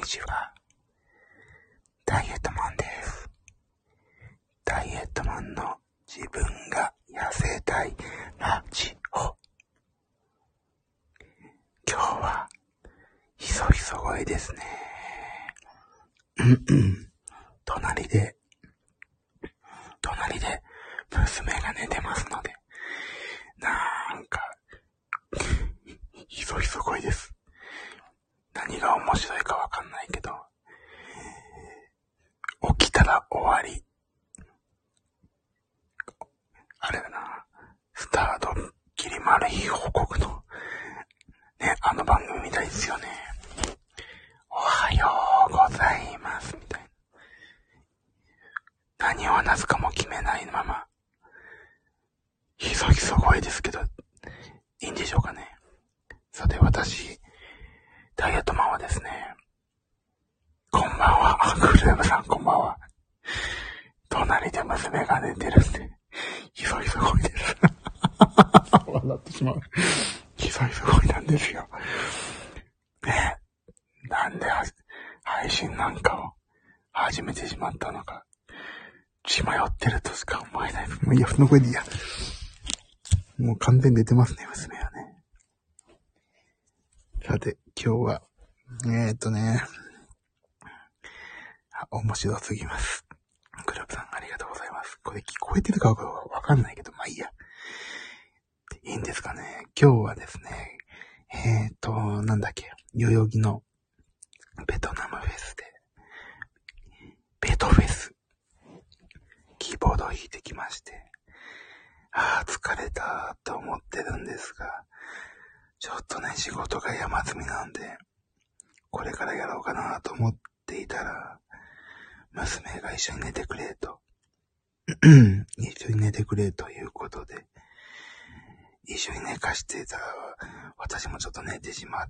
ちは。ダイエットマンです。ダイエットマンの自分が痩せたいラジオ。今日はひそひそ声ですね。隣で娘が寝てますので、なんかひそひそ声です。何が面白いかわかんないけど、起きたら終わり。あれだな、スタードッキリマル秘報告のね、あの番組みたいですよね。おはようございますみたいな。何を話すかも決めないまま、ひそひそ声ですけど、いいんでしょうかね。さて私、ダイエットマンはですね、こんばんは。クレームさんこんばんは。隣で娘が寝てるんで、ひそひそ声です。笑ってしまう。ひそひそ声なんですよ。ねえ、なんで配信なんかを始めてしまったのか、血迷ってるとしか思えない。もういいや、その声でいいや。もう完全に寝てますね、娘はね。さて、今日は、面白すぎます。クラブさんありがとうございます。これ聞こえてるかわかんないけど、まあいいや。いいんですかね。今日はですね、代々木のベトナムフェスで、ベトフェス、キーボードを弾いてきまして、疲れたと思ってるんですが、ちょっとね、仕事が山積みなんで、これからやろうかなと思っていたら、娘が一緒に寝てくれということで、一緒に寝かしてたら、私もちょっと寝てしまって、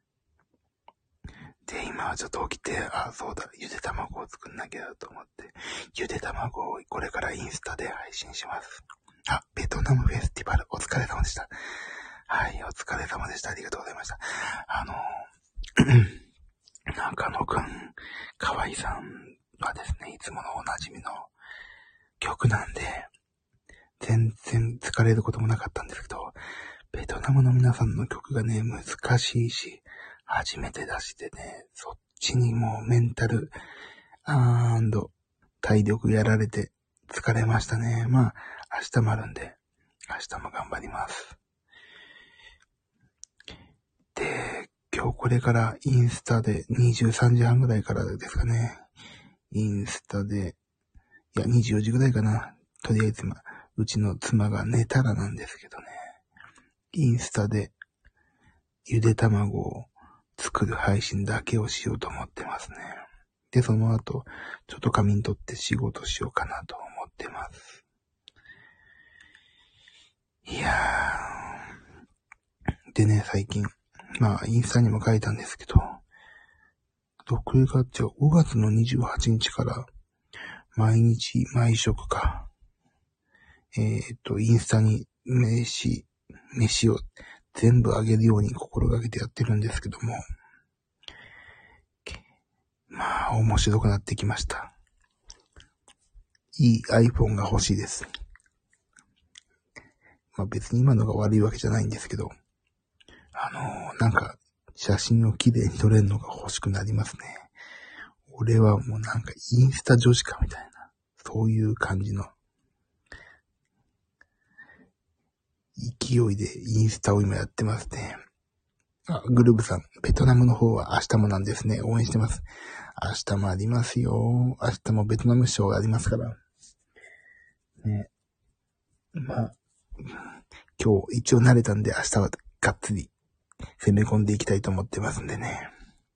で、今はちょっと起きて、そうだ、ゆで卵を作んなきゃと思って、ゆで卵をこれからインスタで配信します。ベトナムフェスティバル、お疲れ様でした。はい、お疲れ様でした。ありがとうございました。中野くん、河合さんはですね、いつものおなじみの曲なんで、全然疲れることもなかったんですけど、ベトナムの皆さんの曲がね、難しいし、初めて出してね、そっちにもうメンタル、体力やられて疲れましたね。まあ、明日もあるんで、明日も頑張ります。で、今日これからインスタで23時半ぐらいからですかね。インスタで、24時ぐらいかな。とりあえず今、うちの妻が寝たらなんですけどね。インスタでゆで卵を作る配信だけをしようと思ってますね。で、その後、ちょっと仮眠取って仕事しようかなと思ってます。いやー。でね、最近、インスタにも書いたんですけど、5月の28日から、毎日、毎食か、インスタに飯を全部あげるように心がけてやってるんですけども、面白くなってきました。いい iPhone が欲しいです。別に今のが悪いわけじゃないんですけど、写真を綺麗に撮れるのが欲しくなりますね。俺はもうインスタ女子かみたいな、そういう感じの勢いでインスタを今やってますね。グルーブさん、ベトナムの方は明日もなんですね。応援してます。明日もありますよ。明日もベトナムショーがありますから。ね。今日一応慣れたんで明日はがっつり攻め込んでいきたいと思ってますんでね。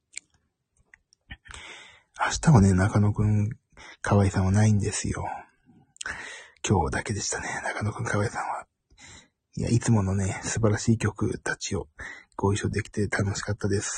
明日はね、中野くん、河合さんはないんですよ。今日だけでしたね、中野くん、河合さんは。いつものね、素晴らしい曲たちをご一緒できて楽しかったです。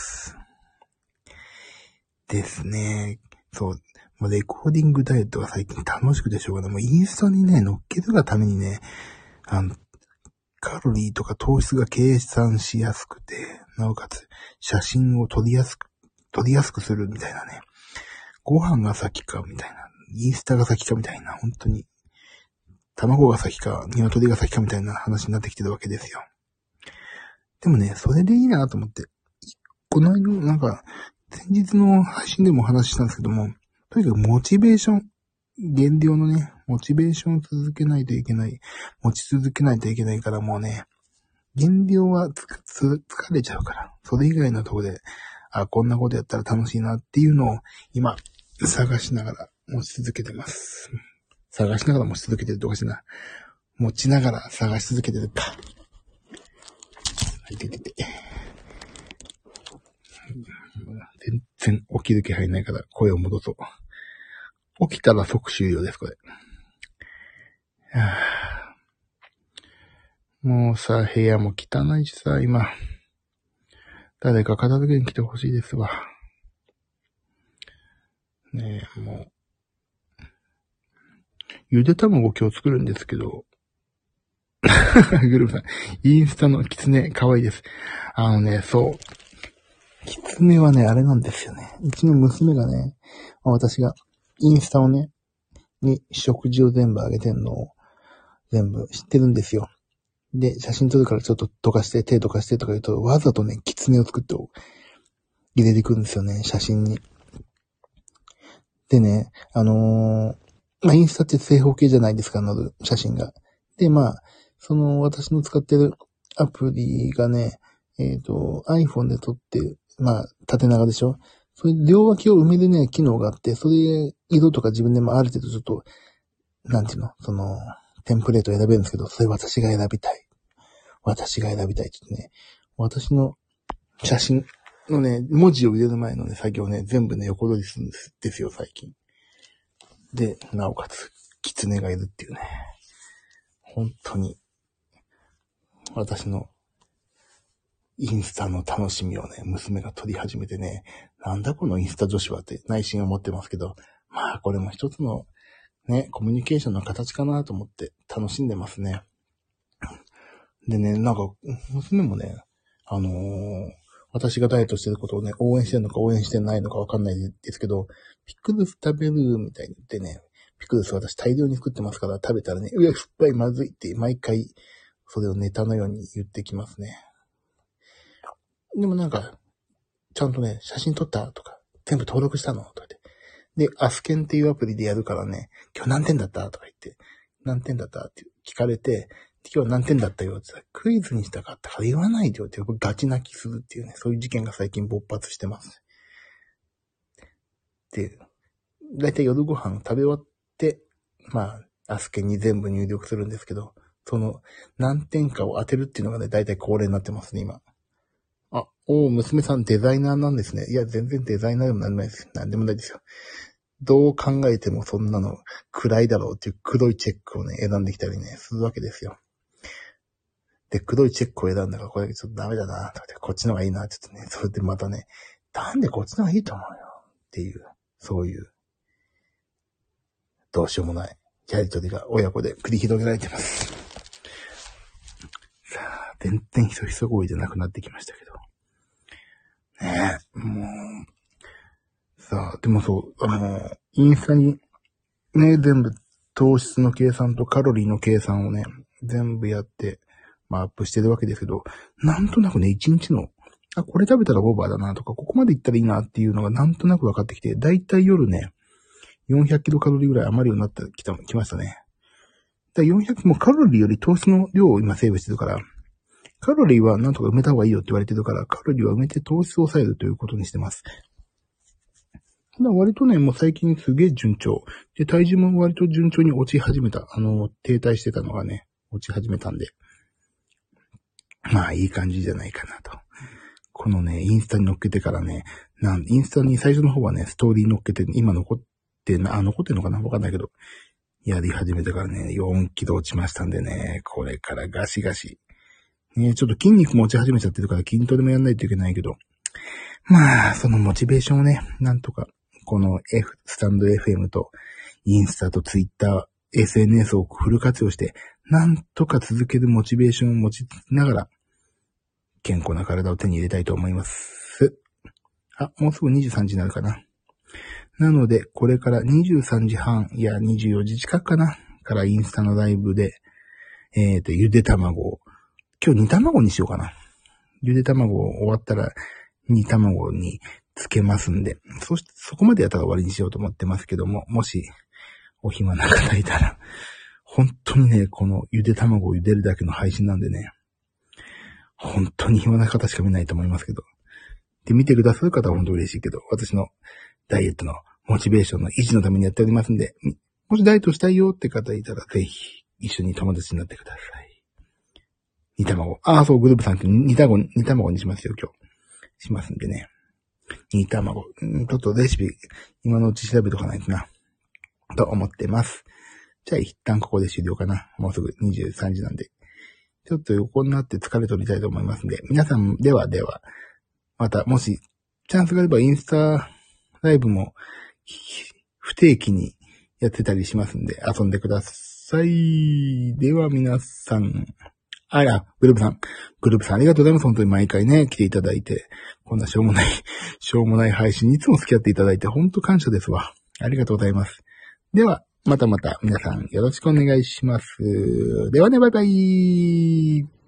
ですね。そう。もうレコーディングダイエットが最近楽しくてしょうがない。もうインスタにね、乗っけるがためにね、カロリーとか糖質が計算しやすくて、なおかつ写真を撮りやすく取りやすくするみたいなね。ご飯が先かみたいな。インスタが先かみたいな。本当に。卵が先か、鶏が先かみたいな話になってきてるわけですよ。でもね、それでいいなと思って。この間、なんか、前日の配信でもお話ししたんですけども、とにかくモチベーション、減量のね、モチベーションを続けないといけない、持ち続けないといけないからもうね、減量は疲れちゃうから、それ以外のところで、こんなことやったら楽しいなっていうのを今、探しながら持ち続けてます。探しながら持ち続けてるとおかしいな。持ちながら探し続けてるか。全然起きる気配ないから声を戻そう。起きたら即終了です、これ。もうさ、部屋も汚いしさ、今。誰か片付けに来てほしいですわ。ねえ、もう。ゆで卵今日作るんですけど。グループさん、インスタのキツネ、可愛いです。そう。キツネはね、あれなんですよね。うちの娘がね、私がインスタをね、に食事を全部あげてんのを全部知ってるんですよ。で、写真撮るからちょっと溶かして、手溶かしてとか言うと、わざとね、キツネを作って入れていくんですよね、写真に。でね、インスタって正方形じゃないですか、載る写真が。で、私の使ってるアプリがね、iPhone で撮って、縦長でしょ？それで両脇を埋めるね、機能があって、それ、色とか自分でもある程度ちょっと、テンプレートを選べるんですけど、それ私が選びたい。私が選びたいって言ってね、私の写真のね、文字を入れる前のね、作業ね、全部ね、横取りするんですよ、最近。で、なおかつ、キツネがいるっていうね。本当に、私のインスタの楽しみをね、娘が撮り始めてね、なんだこのインスタ女子はって内心思ってますけど、これも一つのね、コミュニケーションの形かなと思って楽しんでますね。でね、娘もね、私がダイエットしてることをね、応援してるのか応援してないのかわかんないですけど、ピクルス食べるみたいに言ってね、ピクルス私大量に作ってますから食べたらね、うわ、酸っぱいまずいって毎回それをネタのように言ってきますね。でもちゃんとね、写真撮ったとか、全部登録したのとか言って。で、アスケンっていうアプリでやるからね、今日何点だったとか言って、何点だったって聞かれて、今日何点だったよってクイズにしたかったから言わないでよってガチ泣きするっていうね、そういう事件が最近勃発してます。で、だいたい夜ご飯食べ終わって、アスケンに全部入力するんですけど、その何点かを当てるっていうのがね、だいたい恒例になってますね、今。娘さんデザイナーなんですね。いや、全然デザイナーでもなんでもないです。なんでもないですよ。どう考えてもそんなの暗いだろうっていう黒いチェックをね、選んできたりね、するわけですよ。で、黒いチェックを選んだからこれちょっとダメだな、とかってこっちの方がいいな、ちょっとね、それでまたね、なんでこっちの方がいいと思うよ。っていう、そういう、どうしようもないやりとりが親子で繰り広げられてます。さあ、全然ひそひそ声じゃなくなってきましたけど。ねえ、もう、さあ、でもそう、インスタにね、全部糖質の計算とカロリーの計算をね、全部やって、アップしてるわけですけど、なんとなくね、一日の、これ食べたらオーバーだなとか、ここまでいったらいいなっていうのがなんとなく分かってきて、だいたい夜ね、400キロカロリーぐらい余るようになってきましたね。だ400、もうカロリーより糖質の量を今セーブしてるから、カロリーはなんとか埋めた方がいいよって言われてるから、カロリーは埋めて糖質を抑えるということにしてます。割とね、もう最近すげえ順調。で、体重も割と順調に落ち始めた。停滞してたのがね、落ち始めたんで。いい感じじゃないかなと。このね、インスタに乗っけてからね、インスタに最初の方はね、ストーリー乗っけて、今残ってんのかなわかんないけど、やり始めてからね、4キロ落ちましたんでね、これからガシガシ。ね、ちょっと筋肉も落ち始めちゃってるから筋トレもやんないといけないけど、そのモチベーションをね、なんとか、このスタンド FM と、インスタとツイッター、SNS をフル活用して、なんとか続けるモチベーションを持ちながら、健康な体を手に入れたいと思います。 もうすぐ23時になるかな。なので、これから23時半、いや24時近くかな。からインスタのライブで、ゆで卵を、今日煮卵にしようかな。ゆで卵終わったら、煮卵につけますんで、そこまでやったら終わりにしようと思ってますけども、もし、お暇な方いたら、本当にね、このゆで卵を茹でるだけの配信なんでね、本当に暇な方しか見ないと思いますけど。で、見てくださる方は本当に嬉しいけど、私のダイエットのモチベーションの維持のためにやっておりますんで、もしダイエットしたいよって方いたら、ぜひ一緒に友達になってください。煮卵。そう、グループさんって煮卵にしますよ、今日。しますんでね。煮卵。ちょっとレシピ、今のうち調べとかないとな。と思ってます。じゃあ一旦ここで終了かな。もうすぐ23時なんで。ちょっと横になって疲れ取りたいと思いますんで。皆さん、では、また、もし、チャンスがあればインスタライブも、不定期にやってたりしますんで、遊んでください。では皆さん、グループさんありがとうございます。本当に毎回ね、来ていただいて、こんなしょうもない配信にいつも付き合っていただいて、本当感謝ですわ。ありがとうございます。では、また皆さんよろしくお願いします。ではね、バイバイ。